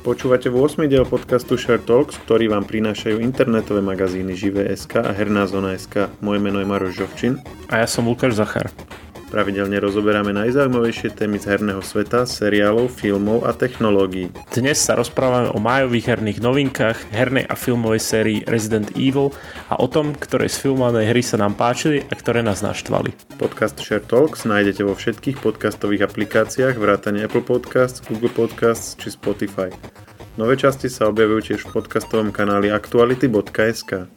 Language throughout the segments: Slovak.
Počúvate 8. diel podcastu Share Talks, ktorý vám prinášajú internetové magazíny Živé.sk a Herná zóna.sk. Moje meno je Maroš Žovčin. A ja som Lukáš Zachar. Pravidelne rozoberáme najzaujímavejšie témy z herného sveta, seriálov, filmov a technológií. Dnes sa rozprávame o májových herných novinkách, hernej a filmovej sérii Resident Evil a o tom, ktoré z filmovanej hry sa nám páčili a ktoré nás naštvali. Podcast Share Talks nájdete vo všetkých podcastových aplikáciách vrátane Apple Podcasts, Google Podcasts či Spotify. Nové časti sa objavujú tiež v podcastovom kanáli aktuality.sk.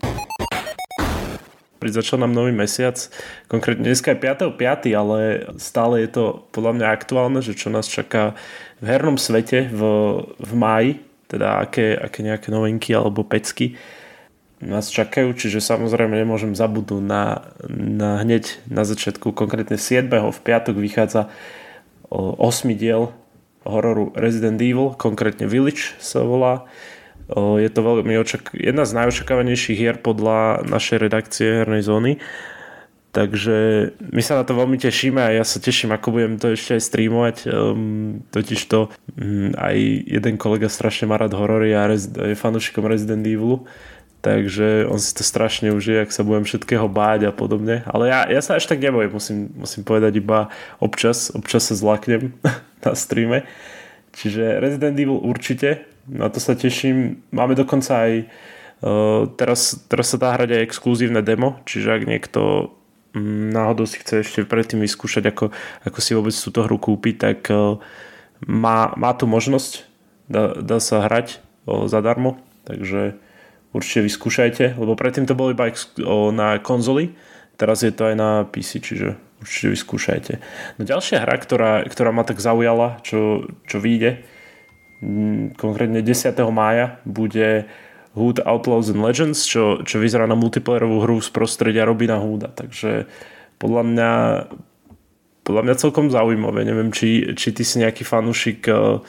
Začal nám nový mesiac, konkrétne dneska je 5.5., ale stále je to podľa mňa aktuálne, že čo nás čaká v hernom svete v máji, teda aké nejaké novinky alebo pecky nás čakajú, čiže samozrejme nemôžem zabudnúť na hneď na začiatku, konkrétne 7. v piatok vychádza 8. diel hororu Resident Evil, konkrétne Village sa volá. Je to veľmi jedna z najočakávanejších hier podľa našej redakcie hernej zóny. Takže my sa na to veľmi tešíme a ja sa teším, ako budem to ešte aj streamovať. Totižto aj jeden kolega strašne má rád horory a je fanúšikom Resident Evilu. Takže on si to strašne užije, ak sa budem všetkého báť a podobne. Ale ja sa až tak nebojím, musím povedať, iba občas sa zlaknem na streame. Čiže Resident Evil určite, na to sa teším. Máme dokonca aj teraz sa dá hrať aj exkluzívne demo, čiže ak niekto náhodou si chce ešte predtým vyskúšať, ako si vôbec túto hru kúpiť, tak má tu možnosť, dá sa hrať zadarmo, takže určite vyskúšajte, lebo predtým to bolo iba na konzoli, teraz je to aj na PC, čiže určite vyskúšajte. No ďalšia hra, ktorá ma tak zaujala, čo vyjde, konkrétne 10. mája, bude Hood Outlaws and Legends, čo vyzerá na multiplayerovú hru z prostredia Robina Hooda, takže podľa mňa celkom zaujímavé. Neviem, či ty si nejaký fanúšik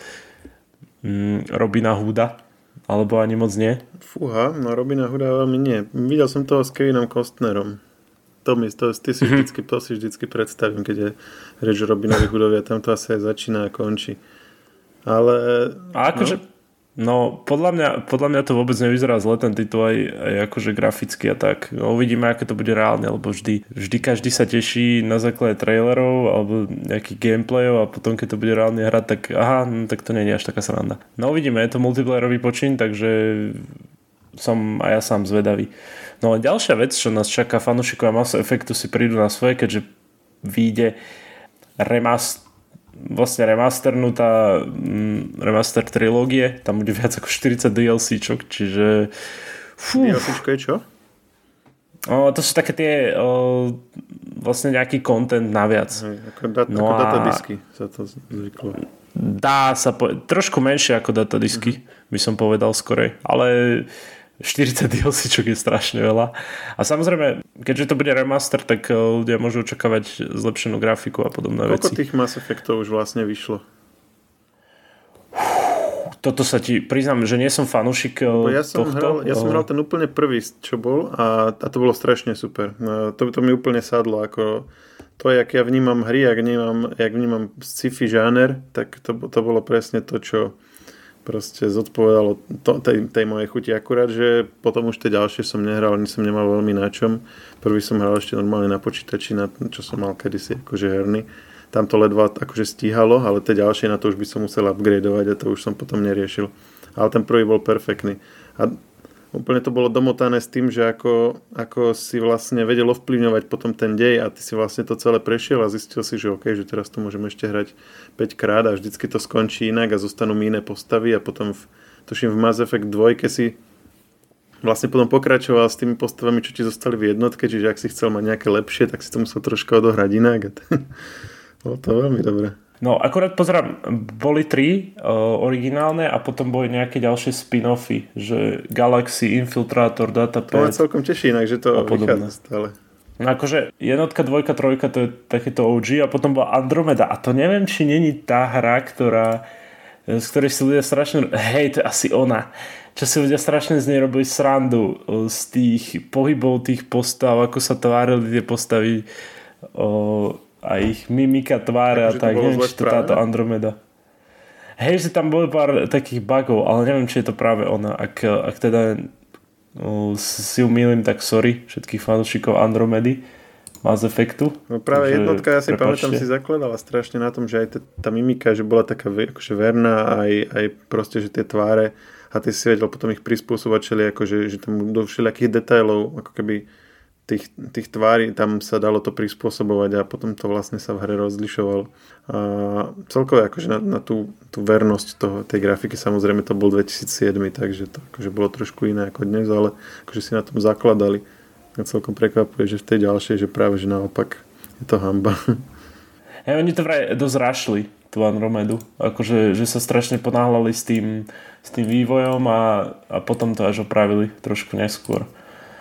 Robina Hooda, alebo ani moc nie? Fúha, no Robina Hooda veľmi nie. Videl som toho s Kevinom Costnerom. Ty si vždycky predstavím, keď je reč o Robinovi Hoodovi a tam to asi aj začína a končí. Ale... A akože... No, podľa mňa to vôbec nevyzerá zle, ten titul aj akože graficky a tak. No, uvidíme, aké to bude reálne, lebo vždy každý sa teší na základe trailerov alebo nejakých gameplayov a potom, keď to bude reálne hrať, tak tak to nie je až taká sranda. No, uvidíme, je to multiplayerový počin, takže som aj ja sám zvedavý. No a ďalšia vec, čo nás čaká, fanúšikovia Mass Effectu si prídu na svoje, keďže vyjde remaster trilógie, tam bude viac ako 40 DLCčok, čiže DLCčko je čo? To sú také tie vlastne nejaký content naviac. Ako datadisky sa to zvyklo. Dá sa trošku menšie ako datadisky, by som povedal skorej, ale 40 DLCčok je strašne veľa. A samozrejme, keďže to bude remaster, tak ľudia môžu očakávať zlepšenú grafiku a podobné veci. Koľko tých Mass Effectov už vlastne vyšlo? Toto sa ti priznám, že nie som fanúšik tohto. Ja som hral ten úplne prvý, čo bol a to bolo strašne super. To mi úplne sadlo. Ako to, jak ja vnímam hry, jak vnímam sci-fi žáner, tak to bolo presne to, čo proste zodpovedalo tej mojej chuti. Akurát, že potom už tie ďalšie som nehral, ani som nemal veľmi na čom. Prvý som hral ešte normálne na počítači, čo som mal kedysi akože herný. Tam to ledva akože stíhalo, ale tie ďalšie na to už by som musel upgradeovať a to už som potom neriešil. Ale ten prvý bol perfektný. A úplne to bolo domotané s tým, že ako si vlastne vedel ovplyvňovať potom ten dej a ty si vlastne to celé prešiel a zistil si, že OK, že teraz to môžem ešte hrať 5 krát a vždycky to skončí inak a zostanú mi iné postavy a potom tuším v Mass Effect 2 si vlastne potom pokračoval s tými postavami, čo ti zostali v jednotke, čiže ak si chcel mať nejaké lepšie, tak si to musel troška odohrať inak. Bolo to veľmi dobré. No, akorát pozerám, boli 3 originálne a potom boli nejaké ďalšie spin-offy, že Galaxy, Infiltrator, Datapad. To ma celkom teší inak, že to vychádza stále. No akože jednotka, dvojka, trojka, to je takéto OG a potom bola Andromeda a to neviem, či není tá hra, z ktorej si ľudia strašne... Hej, to je asi ona. Čo si ľudia strašne z nej robili srandu z tých pohybov tých postav, ako sa tvárili tie postavy a ich mimika tváre a tak. Neviem, či to táto Andromeda. Hej, že tam boli pár takých bugov, ale neviem, či je to práve ona. Ak teda si umýlim, tak sorry všetkých fanúšikov Andromedy, Mass Effectu. No práve jednotka, ja si pamätám, si zakladala strašne na tom, že aj tá mimika, že bola taká akože verná, aj proste, že tie tváre a ty si vedel potom ich prispôsobať akože, že tam do všelijakých detailov, ako keby tých tvári, tam sa dalo to prispôsobovať a potom to vlastne sa v hre rozlišovalo. A celkové akože na tú vernosť tej grafiky, samozrejme to bol 2007, takže to akože bolo trošku iné ako dnes, ale akože si na tom zakladali. A celkom prekvapuje, že v tej ďalšej, že práve že naopak je to hanba. Hej, oni to vraj dosť rašli, tú Andromedu. Akože že sa strašne ponáhľali s tým vývojom a potom to až opravili trošku neskôr.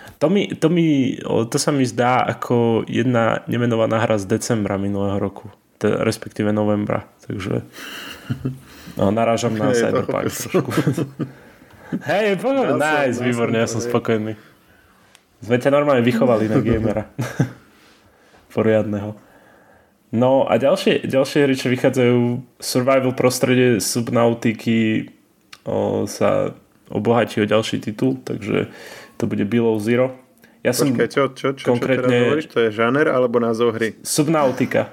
To sa mi zdá ako jedna nemenovaná hra z decembra minulého roku. Respektíve novembra. Takže narážam na Cyberpunk trošku. Hej, nice, výborne, ja som spokojný. Sme ťa normálne vychovali na gamera. Poriadneho. No a ďalšie hry, čo vychádzajú survival prostredie Subnautiky sa obohatí o ďalší titul, takže to bude Below Zero. Počkaj, čo konkrétne... teraz hovoríš? To je žáner alebo názov hry? Subnautica,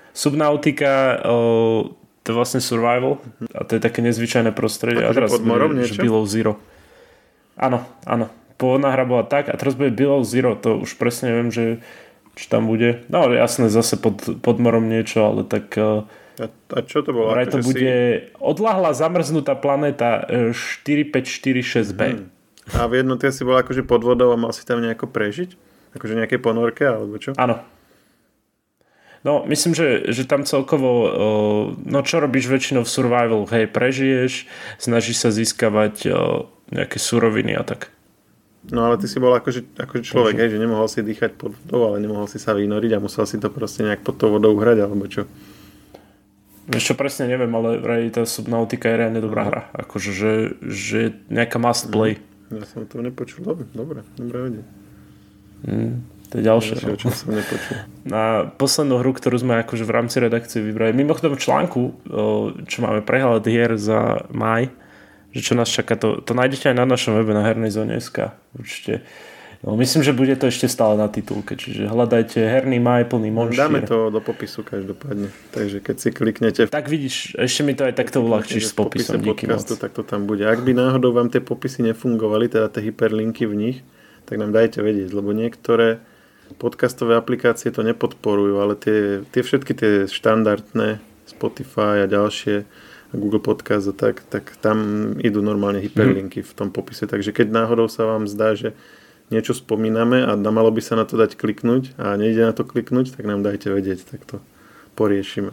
to je vlastne survival a to je také nezvyčajné prostredie. A teraz pod morom niečo? Below Zero. Áno. Pôvodná hra bola tak a teraz bude Below Zero, to už presne neviem, že či tam bude. No jasné, zase pod morom niečo, ale tak... A čo to bolo? To bude odľahlá zamrznutá planéta 4546b. A v jednotke si bol akože pod vodou a mal si tam nejako prežiť? Akože nejaké ponorke alebo čo? Áno. No, myslím, že tam celkovo čo robíš väčšinou v survival? Hej, prežiješ, snažíš sa získavať nejaké suroviny a tak. No ale ty si bol akože človek, hej, že nemohol si dýchať pod vodou, ale nemohol si sa vynoriť a musel si to proste nejak pod tou vodou hrať, alebo čo? Vieš čo, presne neviem, ale tá Subnautica je reálne dobrá hra. Akože, že nejaká must play. Ja som to nepočul. Dobre vedieť. To je ďalšie. Čo som nepočul. Na poslednú hru, ktorú sme akože v rámci redakcie vybrali. Mimochodom v článku, čo máme prehľad hier za máj, že čo nás čaká, to nájdete aj na našom webe na hernej zóne.sk. Určite. No, myslím, že bude to ešte stále na titulke, čiže hľadajte herný máj plný monštier. Dáme to do popisu každopádne, takže keď si kliknete... Tak vidíš, ešte mi to aj takto uľahčíš s popisom, díky moc. Tak to tam bude. Ak by náhodou vám tie popisy nefungovali, teda tie hyperlinky v nich, tak nám dajte vedieť, lebo niektoré podcastové aplikácie to nepodporujú, ale tie všetky tie štandardné, Spotify a ďalšie, Google Podcast a tak tam idú normálne hyperlinky v tom popise, takže keď náhodou sa vám zdá, že niečo spomíname a malo by sa na to dať kliknúť a nejde na to kliknúť, tak nám dajte vedieť, tak to poriešime.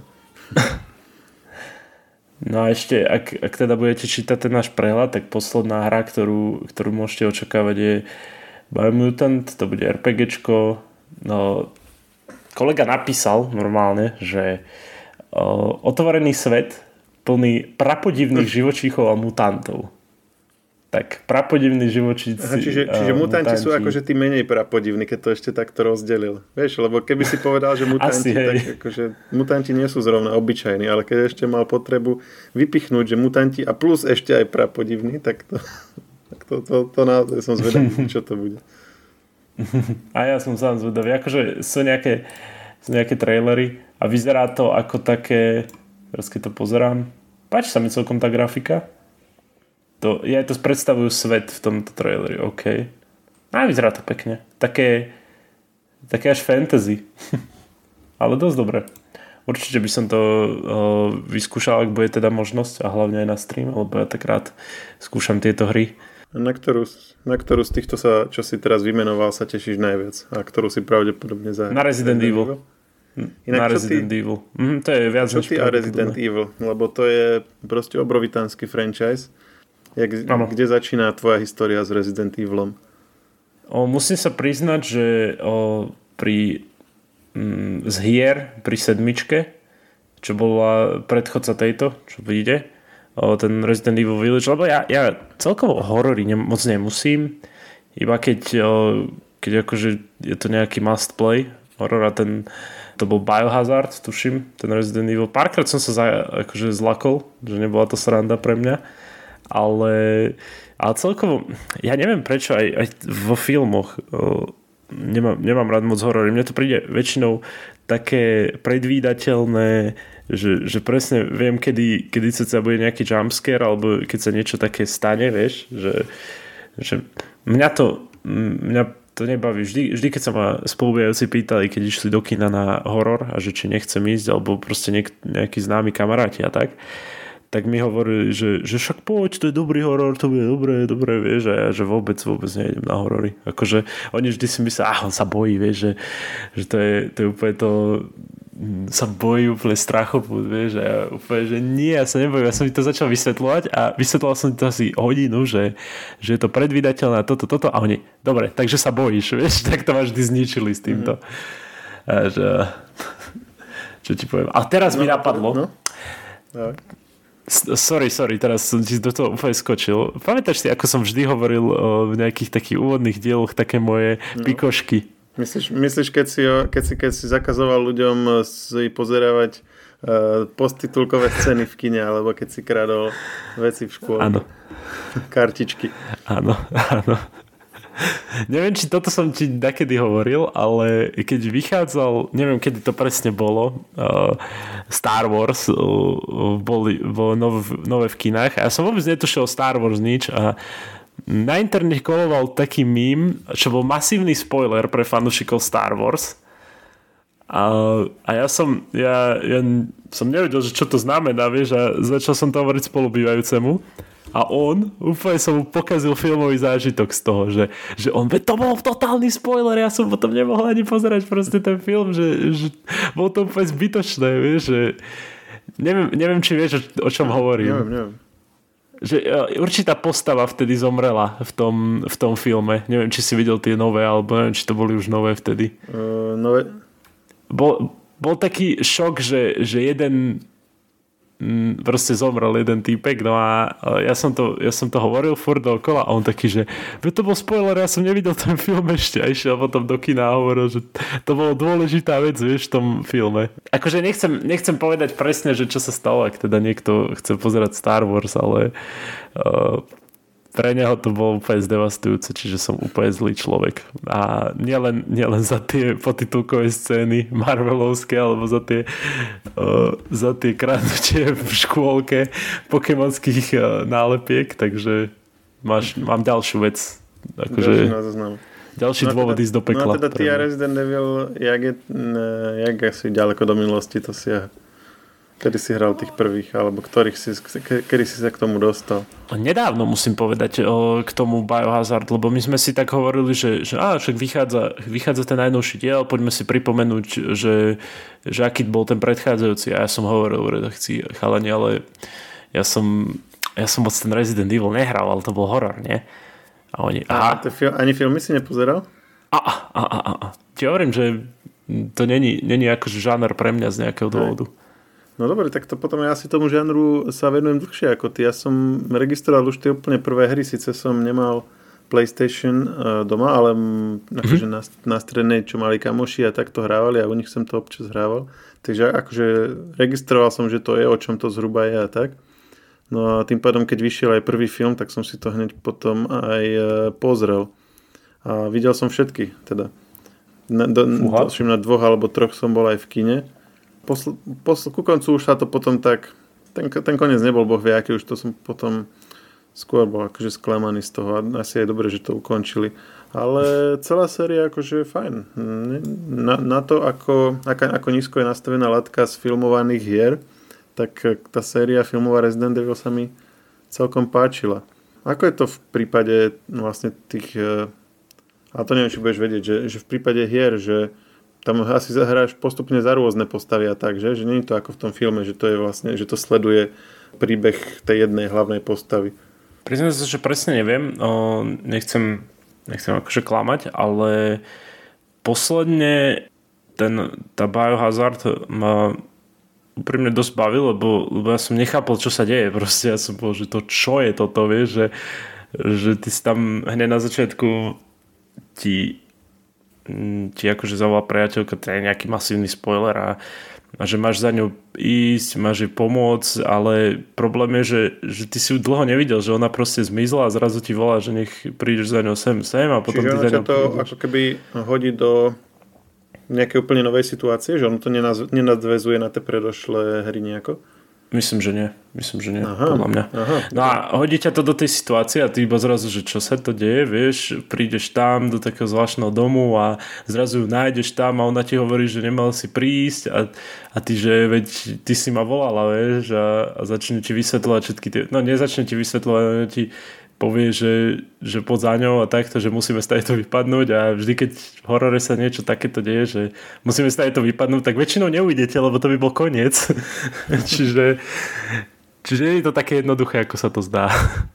No a ešte, ak teda budete čítať ten náš prehľad, tak posledná hra, ktorú môžete očakávať je Biomutant, to bude RPGčko. No, kolega napísal normálne, že otvorený svet plný prapodivných živočíchov a mutantov. Tak prapodivní živočíci. Čiže mutanti sú akože tí menej prapodivní, keď to ešte takto rozdelil. Vieš, lebo keby si povedal, že mutanti, tak akože mutanti nie sú zrovna obyčajní, ale keď ešte mal potrebu vypichnúť, že mutanti a plus ešte aj prapodivní, tak to naozaj som zvedavý, čo to bude. A ja som sám zvedavý. Akože sú nejaké trailery a vyzerá to ako také, teraz keď to pozerám, páči sa mi celkom tá grafika. Ja to predstavujú svet v tomto traileri, OK. A vyzerá to pekne. Také až fantasy. Ale dosť dobre. Určite by som to vyskúšal, ak bude teda možnosť a hlavne aj na stream, lebo ja tak rád skúšam tieto hry. Na ktorú z týchto, čo si teraz vymenoval, sa tešíš najviac? A ktorú si pravdepodobne Na Resident Evil. Na Resident Evil. To je viac než ty a Resident Evil? Lebo to je proste obrovitánsky franchise. Kde začína tvoja história s Resident Evilom? Musím sa priznať, že z hier pri 7, čo bola predchodca tejto, čo vyjde, ten Resident Evil Village, lebo ja celkovo horory moc nemusím, iba keď akože je to nejaký must play, horor a to bol Biohazard, tuším, ten Resident Evil. Párkrát som sa akože zlakol, že nebola to sranda pre mňa, ale celkovo, ja neviem prečo aj vo filmoch nemám rád moc horory. Mne to príde väčšinou také predvídateľné, že presne viem, kedy sa bude nejaký jumpscare, alebo keď sa niečo také stane, vieš, že mňa to nebaví. Vždy keď sa ma spolubujúci pýtali, keď išli do kina na horor a že či nechcem ísť, alebo proste nejakí známi kamaráti a tak mi hovorili, že však poď, to je dobrý horor, to bude dobré, vieš, a ja, že vôbec nejdem na horory. Akože oni vždy si myslia, on sa bojí, vieš, že to je úplne to, sa bojí úplne strachopu, vieš, a ja úplne, že nie, ja sa nebojím, ja som mi to začal vysvetľovať a vysvetľoval som to asi hodinu, že je to predvídateľné toto a oni, dobre, takže sa bojíš, vieš, tak to ma vždy zničili s týmto. A že, čo ti poviem. A teraz mi napadlo, Sorry, teraz som ti do toho úplne skočil. Pamätáš si, ako som vždy hovoril v nejakých takých úvodných dieloch také moje pikošky? Myslíš, keď si zakazoval ľuďom si pozerávať posttitulkové scény v kine, alebo keď si kradol veci v škôle? Áno. Kartičky. Áno. Neviem, či toto som ti nakedy hovoril, ale keď vychádzal, neviem, kedy to presne bolo, Star Wars bolo nové v kinách a ja som vôbec netušil Star Wars nič a na internete koloval taký meme, čo bol masívny spoiler pre fanúšikov Star Wars a ja som nevedel, že čo to znamená, vieš, a začal som to hovoriť spolubývajúcemu. A on, úplne som mu pokazil filmový zážitok z toho, že on, to bol totálny spoiler, ja som potom nemohol ani pozerať proste ten film, že bol to úplne zbytočné, vieš, že neviem, či vieš, o čom hovorím. Neviem. Že určitá postava vtedy zomrela v tom filme. Neviem, či si videl tie nové, alebo neviem, či to boli už nové vtedy. Nové? Bol taký šok, že jeden proste zomrel jeden týpek, no a ja som to hovoril furt dookola a on taký, že to bol spoiler, ja som nevidel ten film ešte a išiel potom do kina a hovoril, že to bolo dôležitá vec, vieš, v tom filme. Akože nechcem povedať presne, že čo sa stalo, ak teda niekto chce pozerať Star Wars, ale pre neho to bolo úplne zdevastujúce, čiže som úplne zlý človek. A nielen za tie potitulkové scény marvelovské, alebo za tie kradnutie v škôlke pokémonských nálepiek, takže mám ďalšiu vec. Akože, ďalší dôvod ísť do pekla. No a teda ty a Resident Evil, jak asi ďaleko do minulosti to siaha? Kedy si hral tých prvých, alebo kedy si sa k tomu dostal? Nedávno musím povedať k tomu Biohazard, lebo my sme si tak hovorili, že však vychádza ten najnovší diel, poďme si pripomenúť, že aký bol ten predchádzajúci. A ja som hovoril v redakcii, chalani, ale ja som moc ten Resident Evil nehral, ale to bol horor, nie? A oni, ani filmy si nepozeral? Ti hovorím, že to není akože žáner pre mňa z nejakého dôvodu. No dobre, tak to potom ja si tomu žánru sa venujem dlhšie ako ty. Ja som registroval už tie úplne prvé hry, síce som nemal PlayStation doma, ale akože na strednej, čo mali kamoši a tak to hrávali a u nich som to občas hrával. Takže akože registroval som, že to je, o čom to zhruba je a tak. No a tým pádom, keď vyšiel aj prvý film, tak som si to hneď potom aj pozrel. A videl som všetky, teda. Na 2 alebo 3 som bol aj v kine. Ku koncu už sa to potom tak ten koniec nebol boh vie aký, už to som potom skôr bol akože sklamaný z toho a asi je dobré, že to ukončili, ale celá séria akože je fajn na to ako nízko je nastavená latka z filmovaných hier, tak tá séria filmová Resident Evil sa mi celkom páčila. Ako je to v prípade vlastne tých a to neviem, či budeš vedieť, že v prípade hier, že tam asi zahráš postupne za rôzne postavy a tak, že nie je to ako v tom filme, že to je vlastne, že to sleduje príbeh tej jednej hlavnej postavy. Priznám sa, že presne neviem, nechcem akože klamať, ale posledne tá Biohazard ma úprimne dosť bavil, lebo ja som nechápal, čo sa deje, proste ja som bol, že to čo je toto, vieš, že ty si tam hneď na začiatku ti ti akože zavolá priateľka, to je nejaký masívny spoiler a že máš za ňou ísť, máš jej pomôcť, ale problém je, že ty si ju dlho nevidel, že ona proste zmizla a zrazu ti volá, že nech prídeš za ňou sem a potom čiže ty za ňou to ako keby hodí do nejakej úplne novej situácie, že ono to nenadväzuje na tie predošlé hry nejako? Myslím, že nie. Podľa mňa. Aha. No a hodí ťa to do tej situácie a ty iba zrazu, že čo sa to deje, vieš, prídeš tam do takého zvláštneho domu a zrazu ju nájdeš tam a ona ti hovorí, že nemal si prísť a ty, že veď ty si ma volala, vieš, a začne ti vysvetľovať všetky tie, no nezačne ti vysvetľovať, ale ti povie, že poď za ňou a takto, že musíme z to vypadnúť a vždy, keď v horore sa niečo takéto deje, že musíme z to vypadnúť, tak väčšinou neujdete, lebo to by bol koniec. čiže je to také jednoduché, ako sa to zdá.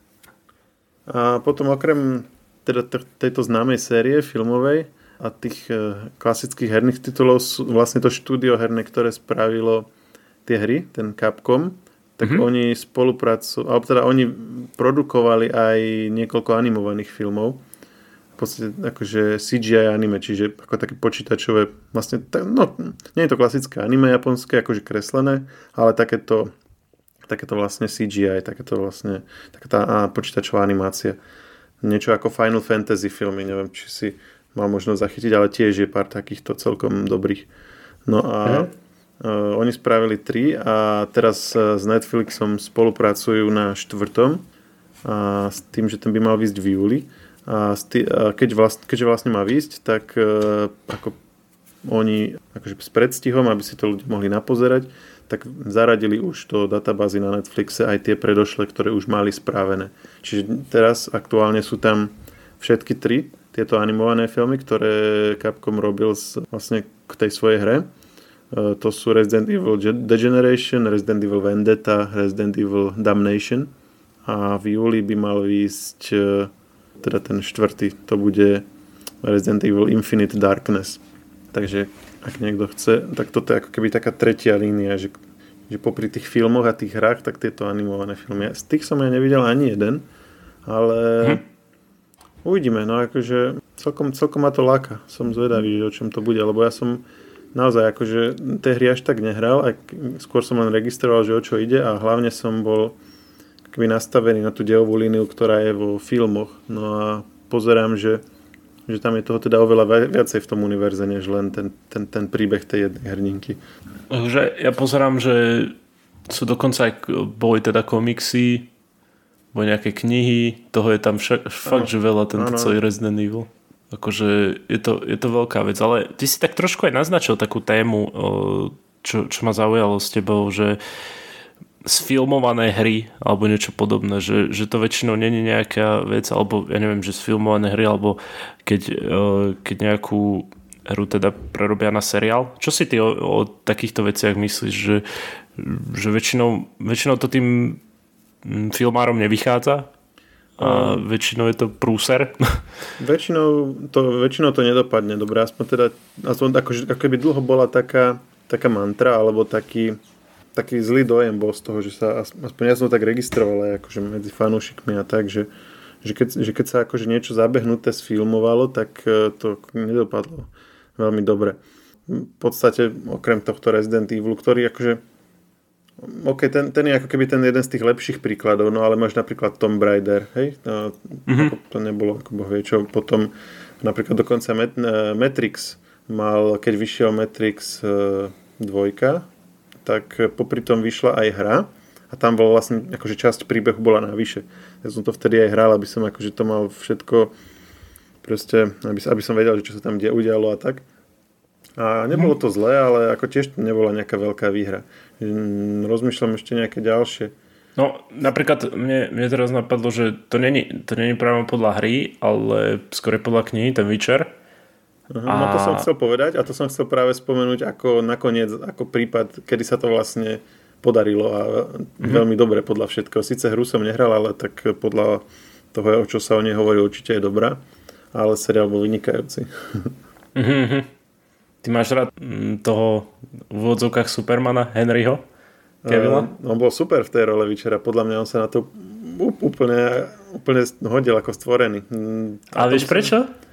A potom okrem teda tejto známej série filmovej a tých klasických herných titulov sú vlastne to štúdio herné, ktoré spravilo tie hry, ten Capcom, tak oni alebo teda oni produkovali aj niekoľko animovaných filmov. V podstate akože CGI anime, čiže ako také počítačové, vlastne, no, nie je to klasické anime japonské, akože kreslené, ale takéto vlastne CGI, taká tá počítačová animácia. Niečo ako Final Fantasy filmy, neviem, či si mal možnosť zachytiť, ale tiež je pár takýchto celkom dobrých. No a oni spravili 3 a teraz s Netflixom spolupracujú na 4. A s tým, že ten by mal výjsť v júli. A keďže vlastne má výjsť, tak ako oni akože s predstihom, aby si to ľudia mohli napozerať, tak zaradili už do databázy na Netflixe aj tie predošlé, ktoré už mali spravené. Čiže teraz aktuálne sú tam všetky 3 tieto animované filmy, ktoré Capcom robil vlastne k tej svojej hre. To sú Resident Evil Degeneration, Resident Evil Vendetta, Resident Evil Damnation a v júli by mal výjsť teda ten 4. to bude Resident Evil Infinite Darkness. Takže ak niekto chce, tak toto je ako keby taká tretia línia, že popri tých filmoch a tých hrách, tak tieto animované filmy. Z tých som ja nevidel ani jeden, ale uvidíme, no akože celkom ma to láka. Som zvedavý, o čom to bude, lebo ja som naozaj akože tie hry až tak nehral, a skôr som len registroval, že o čo ide a hlavne som bol akoby nastavený na tú dejovú líniu, ktorá je vo filmoch. No a pozerám, že tam je toho teda oveľa viacej v tom univerze, než len ten príbeh tej jednej hrdinky. Takže ja pozerám, že sú dokonca aj boli teda komiksy, boli nejaké knihy, toho je tam fakt, že veľa tento celý Resident Evil. Akože je to veľká vec, ale ty si tak trošku aj naznačil takú tému, čo ma zaujalo s tebou, že sfilmované hry alebo niečo podobné, že to väčšinou není nejaká vec, alebo ja neviem, že sfilmované hry, alebo keď nejakú hru teda prerobia na seriál. Čo si ty o takýchto veciach myslíš, že väčšinou to tým filmárom nevychádza? A väčšinou je to prúser. Väčšinou to nedopadne dobre. Aspoň ako keby dlho bola taká mantra, alebo taký zlý dojem bol z toho, že sa aspoň ja som tak registroval aj akože medzi fanúšikmi a tak, že keď sa akože niečo zabehnuté sfilmovalo, tak to nedopadlo veľmi dobre. V podstate okrem tohto Resident Evil, ktorý akože ten je ako keby ten jeden z tých lepších príkladov, no ale máš napríklad Tomb Raider, hej? To nebolo ako boh vie čo. Potom napríklad dokonca Matrix keď vyšiel Matrix 2, tak popri tom vyšla aj hra a tam bola vlastne akože časť príbehu bola navyše. Ja som to vtedy aj hral, aby som akože to mal všetko proste, aby som vedel, že čo sa tam udialo a tak. A nebolo to zlé, ale ako tiež nebola nejaká veľká výhra. Rozmýšľam ešte nejaké ďalšie. No, napríklad mne teraz napadlo, že to není práve podľa hry, ale skôr podľa knihy, ten Witcher. No to som chcel povedať a to som chcel práve spomenúť ako nakoniec, ako prípad, kedy sa to vlastne podarilo a veľmi dobre podľa všetkého. Sice hru som nehral, ale tak podľa toho, o čo sa o nej hovorí, určite je dobrá, ale seriál bol vynikajúci. Ty máš rád toho v úvodzovkách Supermana, Henryho Cavilla? On bol super v tej role Witchera. Podľa mňa on sa na to úplne hodil ako stvorený. Ale vieš prečo?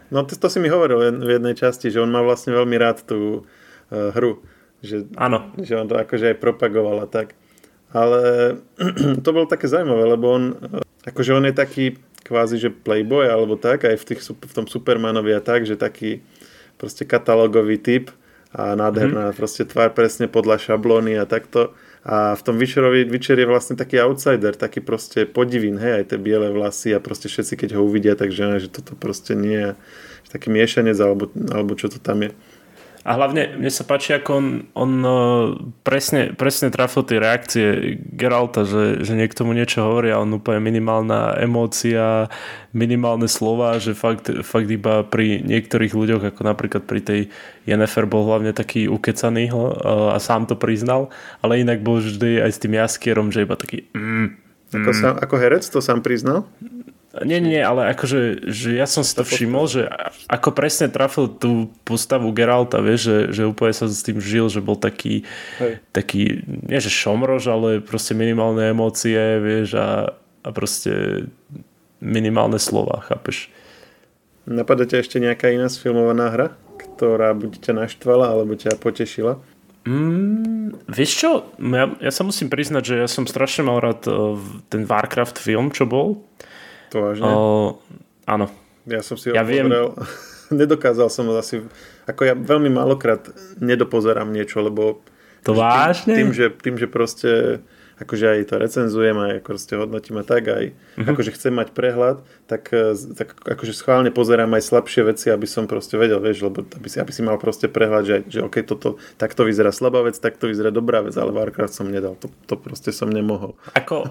No to si mi hovoril v jednej časti, že on má vlastne veľmi rád tú hru. Áno. Že on to akože aj propagoval a tak. Ale to bolo také zaujímavé, lebo on akože on je taký kvázi, že playboy alebo tak, aj v tom Supermanovi a tak, že taký proste katalógový typ a nádherná proste tvár presne podľa šablóny a takto. A v tom Witcher je vlastne taký outsider, taký proste podivín, hej, aj tie biele vlasy a proste všetci, keď ho uvidia, takže že toto proste nie je taký miešanec, alebo čo to tam je. A hlavne mne sa páči, ako on presne trafil tie reakcie Geralta, že niekto mu niečo hovorí a on úplne minimálna emócia, minimálne slova, že fakt iba pri niektorých ľuďoch, ako napríklad pri tej Yennefer bol hlavne taký ukecaný a sám to priznal, ale inak bol vždy aj s tým jaskierom, že iba taký Ako herec to sám priznal? Nie, ale akože že ja som si to všimol, že ako presne trafil tú postavu Geralta, vieš, že úplne sa s tým žil, že bol taký, nie že šomrož, ale proste minimálne emócie, vieš, a proste minimálne slova, chápeš? Napadá ťa ešte nejaká iná sfilmovaná hra, ktorá buď ťa naštvala, alebo ťa potešila? Vieš čo? Ja sa musím priznať, že ja som strašne mal rád ten Warcraft film, čo bol. To vážne? Áno. Ja som si ho pozrel. Nedokázal som asi... Ako ja veľmi málokrát nedopozerám niečo, lebo... To vážne? Tým, že proste... Akože aj to recenzujem, aj proste hodnotím a tak, aj akože chcem mať prehľad, tak akože schválne pozerám aj slabšie veci, aby som proste vedel, vieš, lebo aby si mal proste prehľad, že OK, takto vyzerá slabá vec, takto vyzerá dobrá vec, ale Warcraft som nedal. To proste som nemohol. Ako...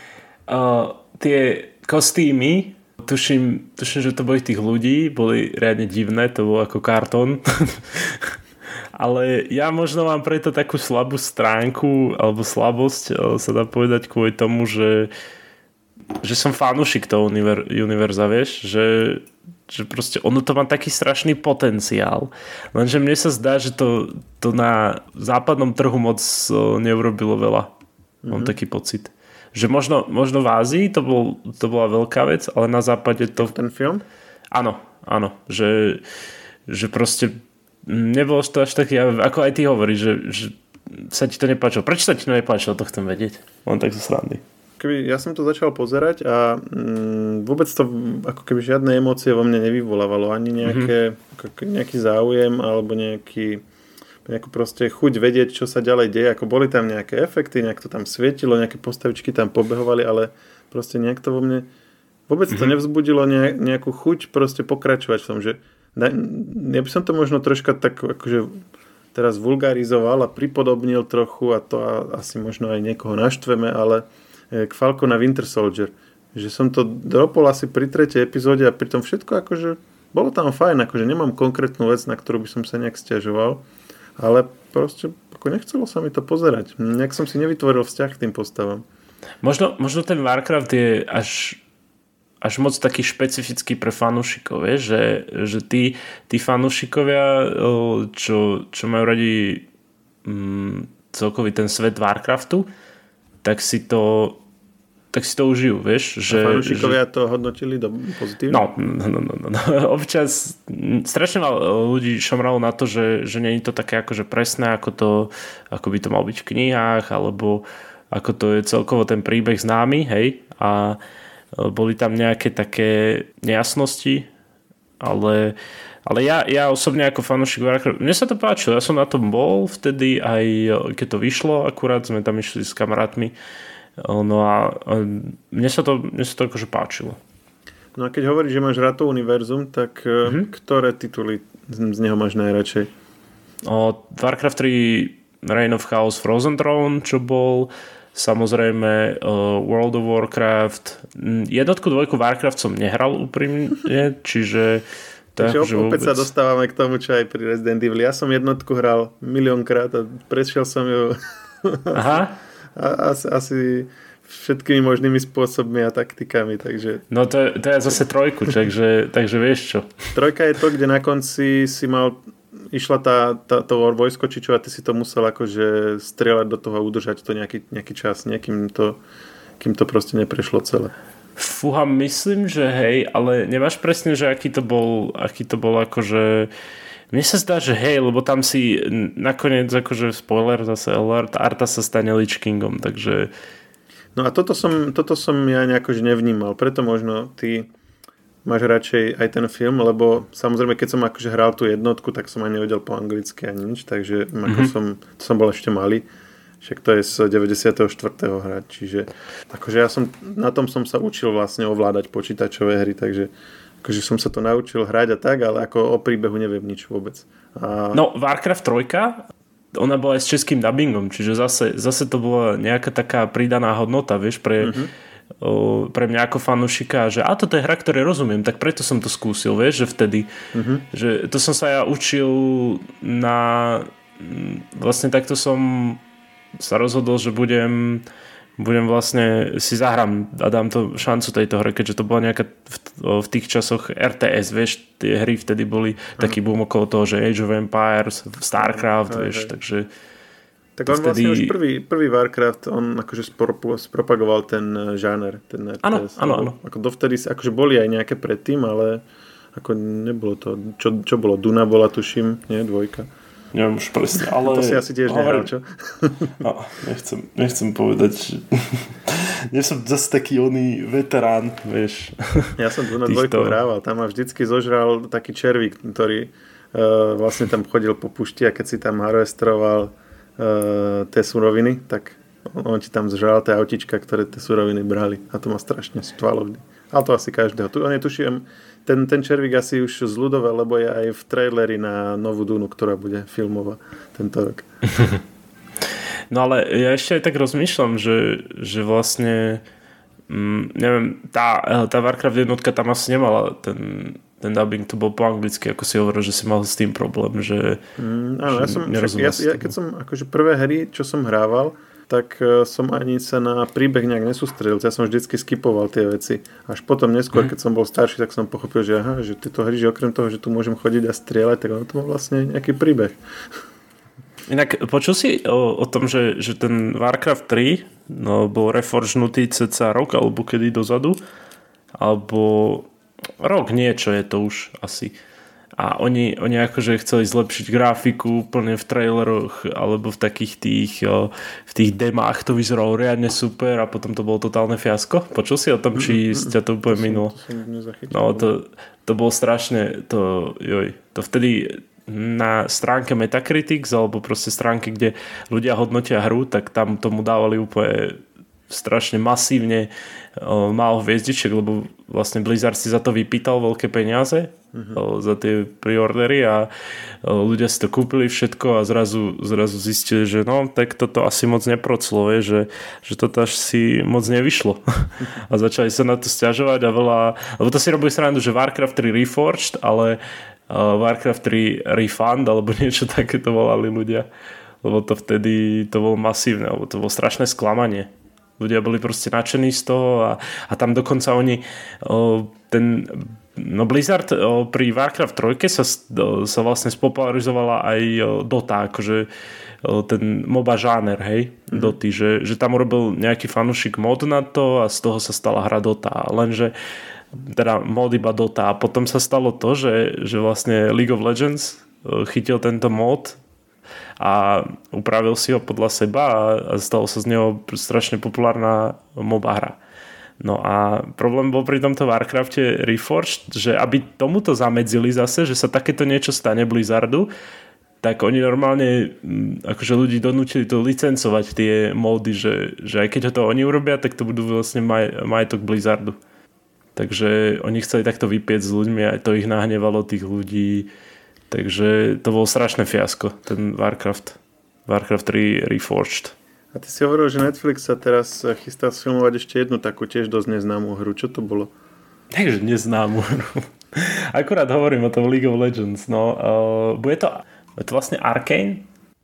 tie kostýmy, tuším, že to boli tých ľudí, boli riadne divné, to bolo ako kartón. Ale ja možno mám preto takú slabú stránku, alebo slabosť, sa dá povedať kvôli tomu, že som fanúšik toho univerza, vieš, že proste ono to má taký strašný potenciál. Lenže mne sa zdá, že to na západnom trhu moc neurobilo veľa. Mám taký pocit. Že možno v Ázii to bola veľká vec, ale na západe to... Ten film? Áno. Že proste nebolo to až taký, ako aj ty hovoríš, že sa ti to nepáčilo. Prečo sa ti to nepáčilo? To chcem vedieť. Len tak zo srandy. Ja som to začal pozerať a vôbec to ako keby žiadne emócie vo mne nevyvolávalo. Ani nejaký záujem alebo nejakú proste chuť vedieť, čo sa ďalej deje. Ako boli tam nejaké efekty, nejak to tam svietilo, nejaké postavičky tam pobehovali, ale proste nejak to vo mne vôbec to nevzbudilo nejakú chuť proste pokračovať v tom, že ja by som to možno troška tak akože teraz vulgarizoval a pripodobnil trochu a to asi možno aj niekoho naštveme, ale k Falcon a Winter Soldier. Že som to dropol asi pri 3. epizóde a pri tom všetko akože bolo tam fajn, akože nemám konkrétnu vec, na ktorú by som sa nejak sťažoval. Ale proste ako nechcelo sa mi to pozerať. Nejak som si nevytvoril vzťah k tým postavám. Možno ten Warcraft je až moc taký špecifický pre fanúšikov, že tí fanúšikovia, čo majú radi celkový ten svet Warcraftu, tak si to užijú, vieš. A fanúšikovia to hodnotili pozitívne? No. Občas strašne veľa ľudí šomralo na to, že nie je to také akože presné, ako by to malo byť v knihách, alebo ako to je celkovo ten príbeh známy, hej. A boli tam nejaké také nejasnosti, ale ja osobne ako fanúšik Warcraft, mne sa to páčilo, ja som na tom bol vtedy, aj keď to vyšlo, akurát sme tam išli s kamarátmi. No a mne sa to akože páčilo. No a keď hovoríš, že máš rád to univerzum, tak ktoré tituly z neho máš najradšej? Warcraft 3 Reign of Chaos Frozen Throne, čo bol, samozrejme World of Warcraft. Jednotku, dvojku Warcraft som nehral úprimne, čiže... Takže opäť sa dostávame k tomu, čo aj pri Resident Evil. Ja som jednotku hral miliónkrát a prešiel som ju... Aha. Asi všetkými možnými spôsobmi a taktikami, takže... No to je zase trojku, takže vieš čo. Trojka je to, kde na konci išla to vojsko, či čo, a ty si to musel akože strieľať do toho a udržať to nejaký čas, kým to proste neprešlo celé. Fúha, myslím, že hej, ale nemáš presne, že aký to bol akože... Mne sa zdá, že hej, lebo tam si nakoniec akože spoiler zase alert, Arta sa stane Lich Kingom, takže... No a toto som ja nejako nevnímal, preto možno ty máš radšej aj ten film, lebo samozrejme, keď som akože hral tú jednotku, tak som ani nevedel po anglicky ani nič, takže to som bol ešte malý. Však to je z 94. hra, čiže akože na tom som sa učil vlastne ovládať počítačové hry, takže akože som sa to naučil hrať a tak, ale ako o príbehu neviem nič vôbec. No, Warcraft 3, ona bola aj s českým dubbingom, čiže zase to bola nejaká taká pridaná hodnota, vieš, pre mňa ako fanúšika, že toto je hra, ktoré rozumiem, tak preto som to skúsil, vieš, že vtedy, že to som sa ja učil vlastne takto som sa rozhodol, že budem vlastne si zahrám a dám to šancu tejto hre, keďže to bola nejaká v tých časoch RTS, vieš, tie hry vtedy boli taký boom okolo toho, že Age of Empires, Starcraft, vieš, takže tak on vtedy... vlastne už prvý Warcraft, on akože spropagoval ten žáner, ten RTS. Áno. Ako dovtedy akože boli aj nejaké predtým, ale ako nebolo to, čo bolo, Duna bola tuším, nie, 2. Neviem už presne, ale... To si asi tiež nehral, čo? No, nechcem povedať, že... Nie som zase taký oný veterán, vieš. Ja som Duna 2 hrával, tam ma vždycky zožral taký červík, ktorý vlastne tam chodil po pušti a keď si tam harvestroval tie suroviny, tak on ti tam zžral tie autička, ktoré tie suroviny brali a to ma strašne štvalo vždy. Ale to asi každého. Tu netuším, ten červík asi už zľudoval, lebo je aj v traileri na novú Dunu, ktorá bude filmová tento rok. No ale ja ešte aj tak rozmýšľam, že vlastne neviem, tá Warcraft jednotka tam asi nemala ten dubbing, to bol po anglicky, ako si hovoril, že si mal s tým problém, že áno, keď som akože prvé hry, čo som hrával, tak som ani sa na príbeh nejak nesústredil. Ja som vždycky skipoval tie veci. Až potom neskôr, keď som bol starší, tak som pochopil, že že tieto hry, že okrem toho, že tu môžem chodiť a strieľať, tak ono to má vlastne nejaký príbeh. Inak počul si o tom, že ten Warcraft 3 bol reforgenutý cca rok, alebo kedy dozadu? Alebo rok niečo je to už asi. A oni akože chceli zlepšiť grafiku úplne v traileroch alebo v takých v tých demách to vyzeralo riadne super a potom to bolo totálne fiasko. Počul si o tom, či ťa to úplne minulo? No to bolo strašne to vtedy na stránke Metacritics alebo proste stránke, kde ľudia hodnotia hru, tak tam tomu dávali úplne strašne masívne málo hviezdičiek, lebo vlastne Blizzard si za to vypýtal veľké peniaze za tie preordery a ľudia si to kúpili všetko a zrazu zistili, že tak toto asi moc neproclo, že toto až si moc nevyšlo. A začali sa na to sťažovať a lebo to si robili srandu, že Warcraft 3 Reforged, ale Warcraft 3 Refund alebo niečo také to volali ľudia. Lebo to vtedy to bolo masívne, lebo to bolo strašné sklamanie. Ľudia boli proste nadšení z toho a tam dokonca oni Blizzard pri Warcraft 3 sa vlastne spopularizovala aj Dota, akože ten MOBA žáner, hej, Doty, že tam urobil nejaký fanúšik mod na to a z toho sa stala hra Dota, lenže teda mod iba Dota a potom sa stalo to, že vlastne League of Legends chytil tento mod a upravil si ho podľa seba a stalo sa z neho strašne populárna MOBA hra. No a problém bol pri tomto Warcrafte Reforged, že aby tomuto zamedzili zase, že sa takéto niečo stane Blizzardu, tak oni normálne akože ľudí donútili to licencovať tie módy, že aj keď ho to oni urobia, tak to budú vlastne majetok Blizzardu. Takže oni chceli takto vypieť s ľuďmi a to ich nahnevalo tých ľudí. Takže to bolo strašné fiasko, ten Warcraft 3 Reforged. A ty si hovoril, že Netflix sa teraz chystá sfilmovať ešte jednu takú tiež dosť neznámú hru. Čo to bolo? Takže neznámu hru. Akurát hovorím o tom League of Legends. No, bude to vlastne Arcane?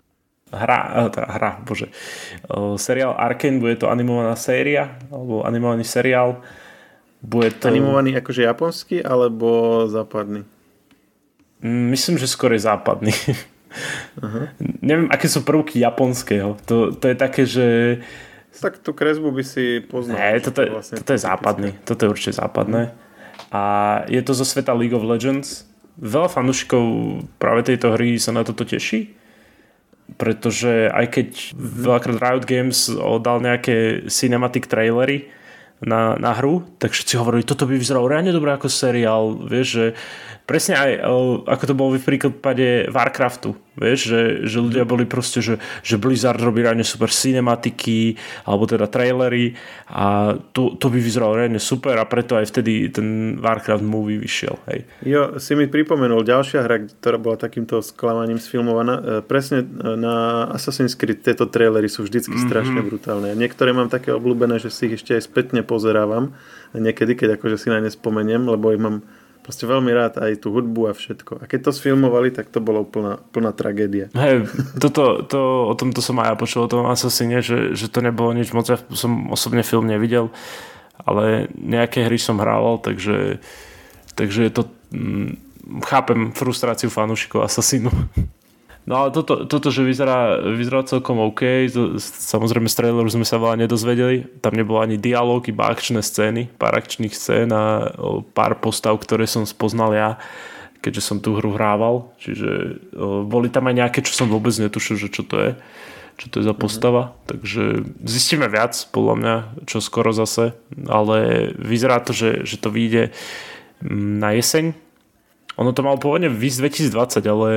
Seriál Arcane, bude to animovaná séria, alebo animovaný seriál. Bude to... Animovaný akože japonský, alebo západný? Myslím, že skôr je západný. Neviem, aké sú prvky japonského. To je také, že Tak tú kresbu by si poznal. Nie, toto je západný. Toto je určite západné. A je to zo sveta League of Legends. Veľa fanúšikov práve tejto hry sa na toto teší, pretože aj keď veľakrát Riot Games dal nejaké cinematic trailery na hru, tak všetci hovorili, toto by vyzeralo reálne dobre ako seriál, vieš, že presne aj ako to bolo v prípade Warcraftu, vieš, že ľudia boli proste, že Blizzard robí reálne super cinematiky alebo teda trailery a to by vyzeralo reálne super a preto aj vtedy ten Warcraft movie vyšiel, hej. Jo, si mi pripomenul ďalšia hra, ktorá bola takýmto sklamaním sfilmovaná. Presne na Assassin's Creed tieto trailery sú vždycky strašne brutálne. Niektoré mám také obľúbené, že si ich ešte aj spätne pozerávam niekedy, keď akože si na ne spomeniem, lebo ich mám proste veľmi rád, aj tú hudbu a všetko. A keď to sfilmovali, tak to bolo plná tragédia. Hej, o tomto som aj ja počul, o tom Assassine, že to nebolo nič moc. Ja som osobne film nevidel, ale nejaké hry som hrával, takže je to... chápem frustráciu fanúšikov Assassinu. No ale toto že vyzerá celkom OK. Samozrejme z traileru sme sa veľa nedozvedeli. Tam nebolo ani dialóg, iba akčné scény, pár akčných scén a pár postav, ktoré som spoznal ja, keďže som tú hru hrával. Čiže boli tam aj nejaké, čo som vôbec netušil, že čo to je za postava. Takže zistíme viac, podľa mňa, čo skoro zase. Ale vyzerá to, že to vyjde na jeseň. Ono to malo pôvodne výsť 2020, ale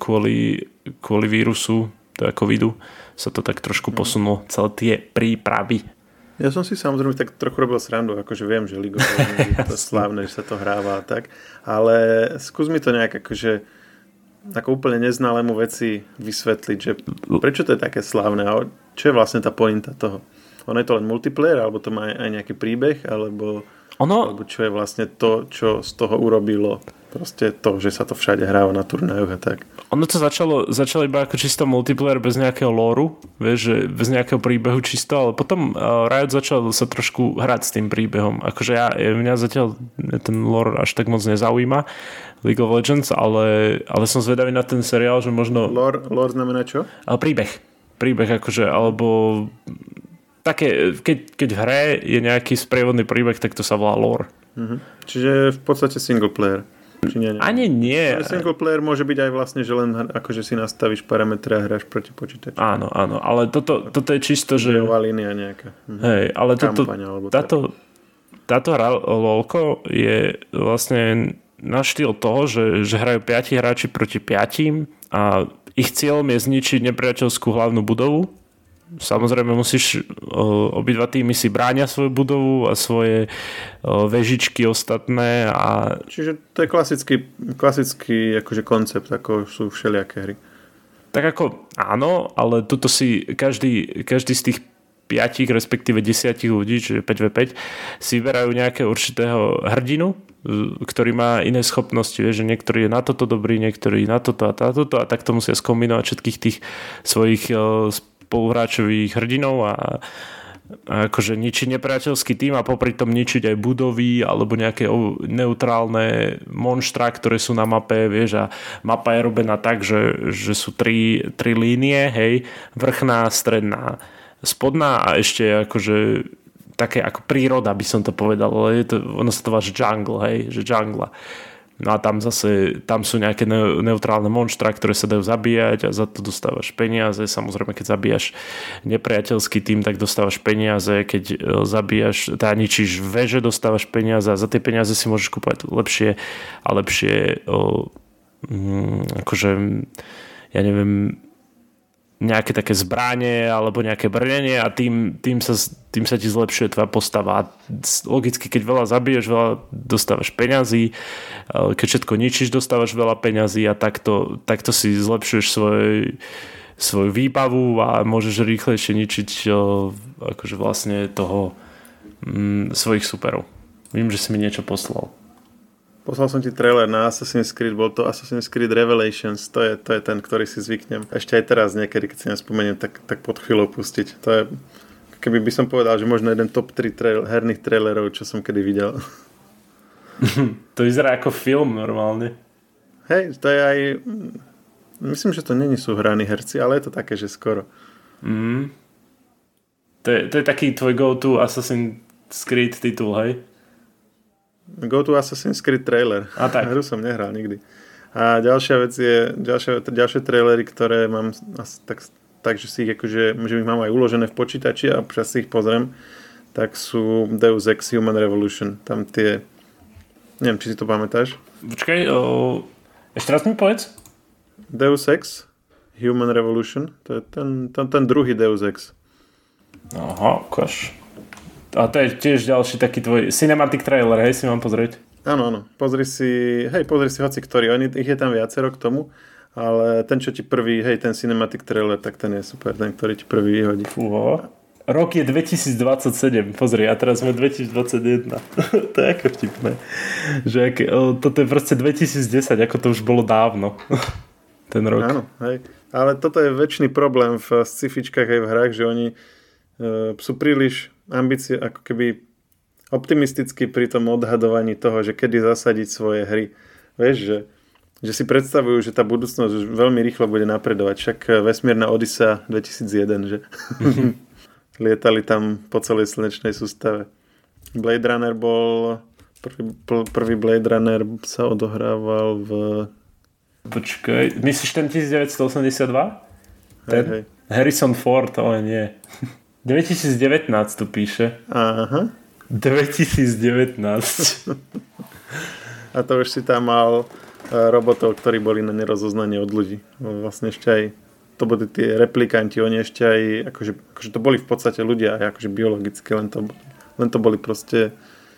kvôli vírusu, teda covidu, sa to tak trošku posunulo, celé tie prípravy. Ja som si samozrejme tak trochu robil srandu, akože viem, že League of Legends je to slávne, že sa to hráva a tak, ale skús mi to nejak akože ako úplne neználému veci vysvetliť, že prečo to je také slávne a čo je vlastne tá pointa toho? Ono je to len multiplayer, alebo to má aj nejaký príbeh, alebo čo je vlastne to, čo z toho urobilo proste to, že sa to všade hráva na turnajoch a tak. Ono to začalo iba ako čisto multiplayer bez nejakého lóru, vieš, že bez nejakého príbehu čisto, ale potom Riot začal sa trošku hrať s tým príbehom. Akože mňa zatiaľ ten lore až tak moc nezaujíma, League of Legends, ale som zvedavý na ten seriál, že možno... Lore znamená čo? Príbeh akože, alebo také, keď v hre je nejaký sprievodný príbeh, tak to sa volá lore. Čiže v podstate single player. Nie? Ani nie. Single player môže byť aj vlastne, že len akože si nastavíš parametre a hráš proti počítaču. Áno, ale toto je čisto, že... Dejová línia nejaká. Hej, ale táto hra LoLko je vlastne na štýl toho, že hrajú 5 hráči proti 5 a ich cieľom je zničiť nepriateľskú hlavnú budovu. Samozrejme musíš, obidva týmy si bráňa svoju budovu a svoje vežičky ostatné. Čiže to je klasický akože koncept, ako sú všelijaké hry. Tak ako áno, ale tuto si každý z tých 5, respektíve 10 ľudí, čiže 5v5, si vyberajú nejakého určitého hrdinu, ktorý má iné schopnosti, vieš, že niektorý je na toto dobrý, niektorý na toto a takto musia skombinovať všetkých tých svojich spoluhráčových hrdinov a akože ničiť nepriateľský tým a popri tom ničiť aj budovy alebo nejaké neutrálne monštra, ktoré sú na mape, vieš, a mapa je robená tak, že sú tri línie, hej, vrchná, stredná, spodná a ešte akože také ako príroda by som to povedal, ale ono sa to volá jungle, hej, že jungla. No a tam sú nejaké neutrálne monštra, ktoré sa dajú zabíjať a za to dostávaš peniaze. Samozrejme, keď zabíjaš nepriateľský tým, tak dostávaš peniaze. Keď zabíjaš, ničíš veže, dostávaš peniaze a za tie peniaze si môžeš kúpať lepšie akože ja neviem, nejaké také zbranie alebo nejaké brnenie a tým sa ti zlepšuje tvoja postava. Logicky, keď veľa zabiješ, veľa dostávaš peňazí, keď všetko ničíš, dostávaš veľa peňazí a takto si zlepšuješ svoju výbavu a môžeš rýchlejšie ničiť akože vlastne toho svojich superov. Vím, že si mi niečo poslal. Poslal som ti trailer na Assassin's Creed, bol to Assassin's Creed Revelations, to je ten, ktorý si zvyknem. Ešte aj teraz niekedy, keď si nespomeniem, tak pod chvíľou pustiť. To je, keby by som povedal, že možno jeden top 3 herných trailerov, čo som kedy videl. To vyzerá ako film normálne. Hej, to je aj... Myslím, že to není sú hraní herci, ale je to také, že skoro. To je taký tvoj go-to Assassin's Creed titul, hej? Go-to Assassin's Creed trailer. A tak. Hru som nehral nikdy. A ďalšia vec je, ďalšie trailery, ktoré mám tak že si ich akože, že ich mám aj uložené v počítači a občas si ich pozriem, tak sú Deus Ex Human Revolution. Tam tie, neviem, či si to pamätáš? Počkaj, ešte raz mi povedz. Deus Ex Human Revolution, to je ten druhý Deus Ex. Aha, ukáž. A to je tiež ďalší taký tvoj cinematic trailer, hej, si mám pozrieť? Áno. Pozri si hoci ktorý. Ich je tam viacero k tomu, ale ten, čo ti prvý, ten cinematic trailer, tak ten je super, ten, ktorý ti prvý vyhodí. Fúho. Rok je 2027, pozri, a teraz sme 2021. To je ako vtipné. Že toto je proste 2010, ako to už bolo dávno. Ten rok. Áno, hej. Ale toto je väčší problém v sci-fičkách aj v hrách, že oni sú príliš ako keby optimisticky pri tom odhadovaní toho, že kedy zasadiť svoje hry. Vieš, že si predstavujú, že tá budúcnosť už veľmi rýchlo bude napredovať. Však vesmírna Odyssea 2001, že? Lietali tam po celej slnečnej sústave. Blade Runner bol... Prvý Blade Runner sa odohrával v... Počkaj, myslíš ten 1982? Hej. Harrison Ford, ale nie. 2019 tu píše. Aha. 2019. A to už si tam mal robotov, ktorí boli na nerozoznanie od ľudí. Vlastne ešte aj to boli tie replikanti, oni ešte aj akože to boli v podstate ľudia aj akože biologicky, len to boli proste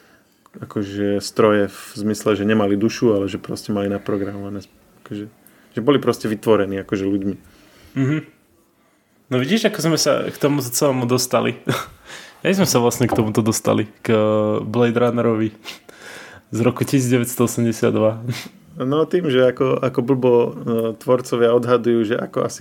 akože stroje v zmysle, že nemali dušu, ale že proste mali naprogramované akože, že boli proste vytvorení akože ľuďmi. Mhm. No vidíš, ako sme sa k tomu celému dostali. Jak sme sa vlastne k tomuto dostali? K Blade Runnerovi z roku 1982. No tým, že ako blbo tvorcovia odhadujú, že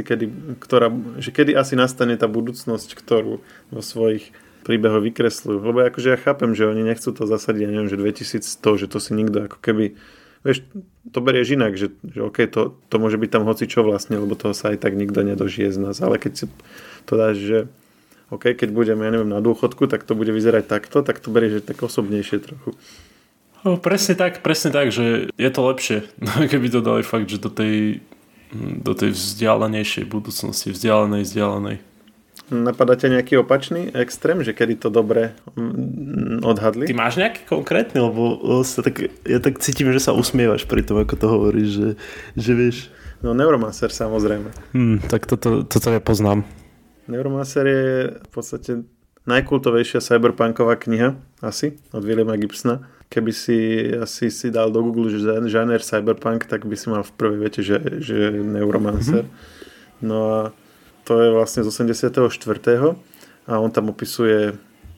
kedy asi nastane tá budúcnosť, ktorú vo svojich príbehoch vykresľujú. Lebo akože ja chápem, že oni nechcú to zasadiť, ja neviem, že 2100, že to si nikto ako keby... Vieš, to berieš inak, že OK, to môže byť tam hocičo vlastne, lebo toho sa aj tak nikto nedožije z nás. Ale keď si to dáš, že OK, keď budem, ja neviem, na dôchodku, tak to bude vyzerať takto, tak to berieš tak osobnejšie trochu. No, presne tak, že je to lepšie, keby to dali fakt, že do tej vzdialenejšej budúcnosti, vzdialenej. Napadá ťa nejaký opačný extrém, že kedy to dobre odhadli? Ty máš nejaký konkrétny, lebo ja tak cítim, že sa usmievaš pri tom, ako to hovoríš, že vieš. No Neuromancer samozrejme. Tak toto ja poznám. Neuromancer je v podstate najkultovejšia cyberpunková kniha asi od Williama Gibsona. Keby si dal do Google žáner cyberpunk, tak by si mal v prvej vete, že Neuromancer. No a to je vlastne z 84. A on tam opisuje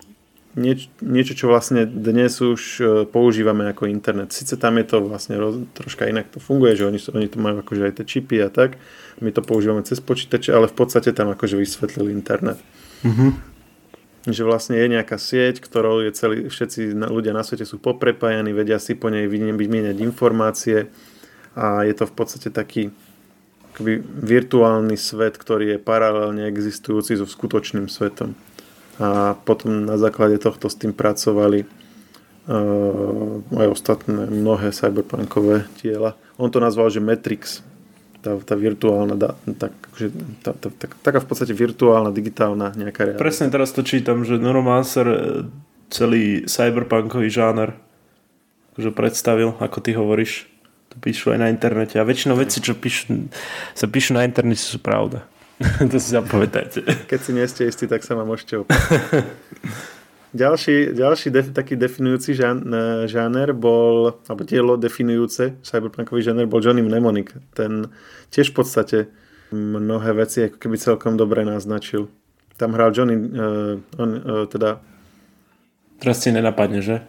niečo, čo vlastne dnes už používame ako internet. Sice tam je to vlastne troška inak to funguje, že oni to majú akože aj tie čipy a tak. My to používame cez počítače, ale v podstate tam akože vysvetlili internet. Že vlastne je nejaká sieť, ktorou všetci ľudia na svete sú poprepájani, vedia si po nej vymieňať informácie a je to v podstate taký akoby virtuálny svet, ktorý je paralelne existujúci so skutočným svetom. A potom na základe tohto s tým pracovali aj ostatné mnohé cyberpunkové diela. On to nazval, že Matrix. Tá virtuálna, taká v podstate virtuálna, digitálna nejaká realita. Presne teraz to čítam, že Neuromancer celý cyberpunkový žáner že predstavil, ako ty hovoríš. To píšu aj na internete. A väčšinou veci, čo sa píšu na internete, sú pravda. To si zapamätajte. Keď si nie ste istí, tak sa ma môžete opýtať. Ďalší taký definujúci žáner bol, alebo dielo definujúce cyberpunkový žáner bol Johnny Mnemonic. Ten tiež v podstate mnohé veci ako keby celkom dobre naznačil. Tam hral Johnny, Teraz ti nenapadne, že?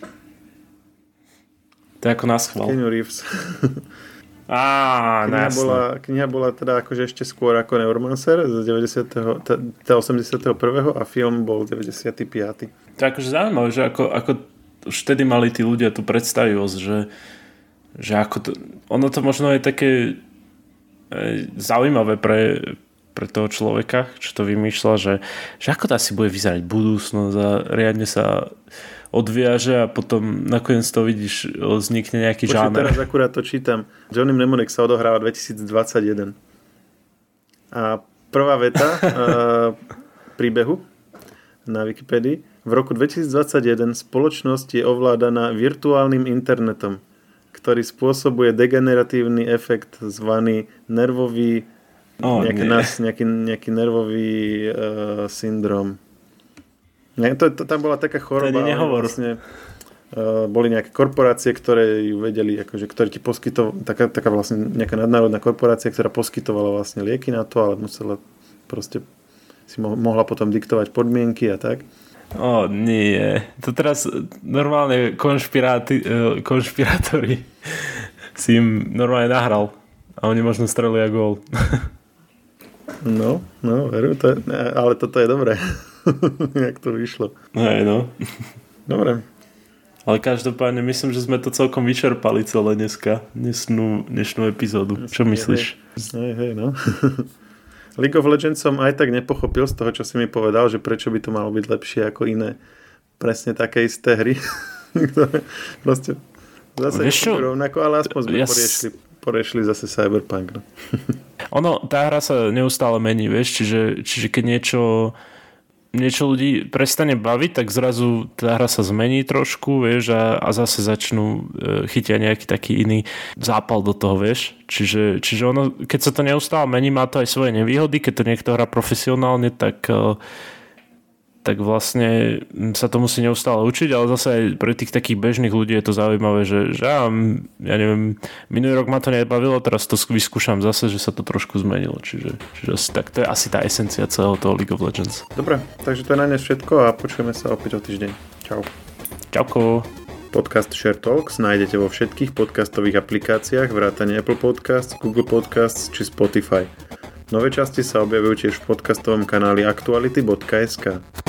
To je ako na schvál. Keanu Reeves. Kniha bola teda akože ešte skôr ako Neuromancer z 81. a film bol 95. To je akože zaujímavé, že ako už vtedy mali tí ľudia tú predstavivosť, že ako to, ono to možno je také zaujímavé pre toho človeka, čo to vymýšľa, že ako to asi bude vyzerať budúcnosť a riadne sa odviaže a potom nakoniec to vidíš, vznikne nejaký žáner. Teraz akurát to čítam. Johnny Mnemonic sa odohráva 2021. A prvá veta príbehu na Wikipedii. V roku 2021 spoločnosť je ovládaná virtuálnym internetom, ktorý spôsobuje degeneratívny efekt zvaný nervový nejaký nervový syndrom. Tam bola taká choroba. Vlastne, boli nejaké korporácie, ktoré ju vedeli, akože, ktoré ti poskytovala, taká vlastne nejaká nadnárodná korporácia, ktorá poskytovala vlastne lieky na to, ale musela proste si mohla potom diktovať podmienky a tak. Nie. To teraz normálne konšpirátori si im normálne nahral a oni možno strelia gól. No, veru, ale toto je dobré. Jak to vyšlo. Hej, no. Dobre. Ale každopádne myslím, že sme to celkom vyčerpali celé dnešnú epizódu. Čo myslíš? Hej, no. League of Legends som aj tak nepochopil z toho, čo si mi povedal, že prečo by to malo byť lepšie ako iné presne také isté hry, ktoré proste zase rovnako, ale aspoň sme poriešili zase Cyberpunk. No. Tá hra sa neustále mení, vieš, čiže keď niečo ľudí prestane baviť, tak zrazu tá hra sa zmení trošku, vieš, a zase začnú chytia nejaký taký iný zápal do toho, vieš. Čiže ono, keď sa to neustále mení, má to aj svoje nevýhody, keď to niekto hrá profesionálne, tak vlastne sa to musí neustále učiť, ale zase aj pre tých takých bežných ľudí je to zaujímavé, že ja neviem, minulý rok ma to nebavilo, teraz to vyskúšam zase, že sa to trošku zmenilo, čiže tak to je asi tá esencia celého toho League of Legends. Dobre, takže to je na dnes všetko a počujeme sa opäť o týždeň. Čau. Čauko. Podcast Share Talks nájdete vo všetkých podcastových aplikáciách vrátane Apple Podcasts, Google Podcasts či Spotify. Nové časti sa objavujú tiež v podcastovom kanáli aktuality.sk.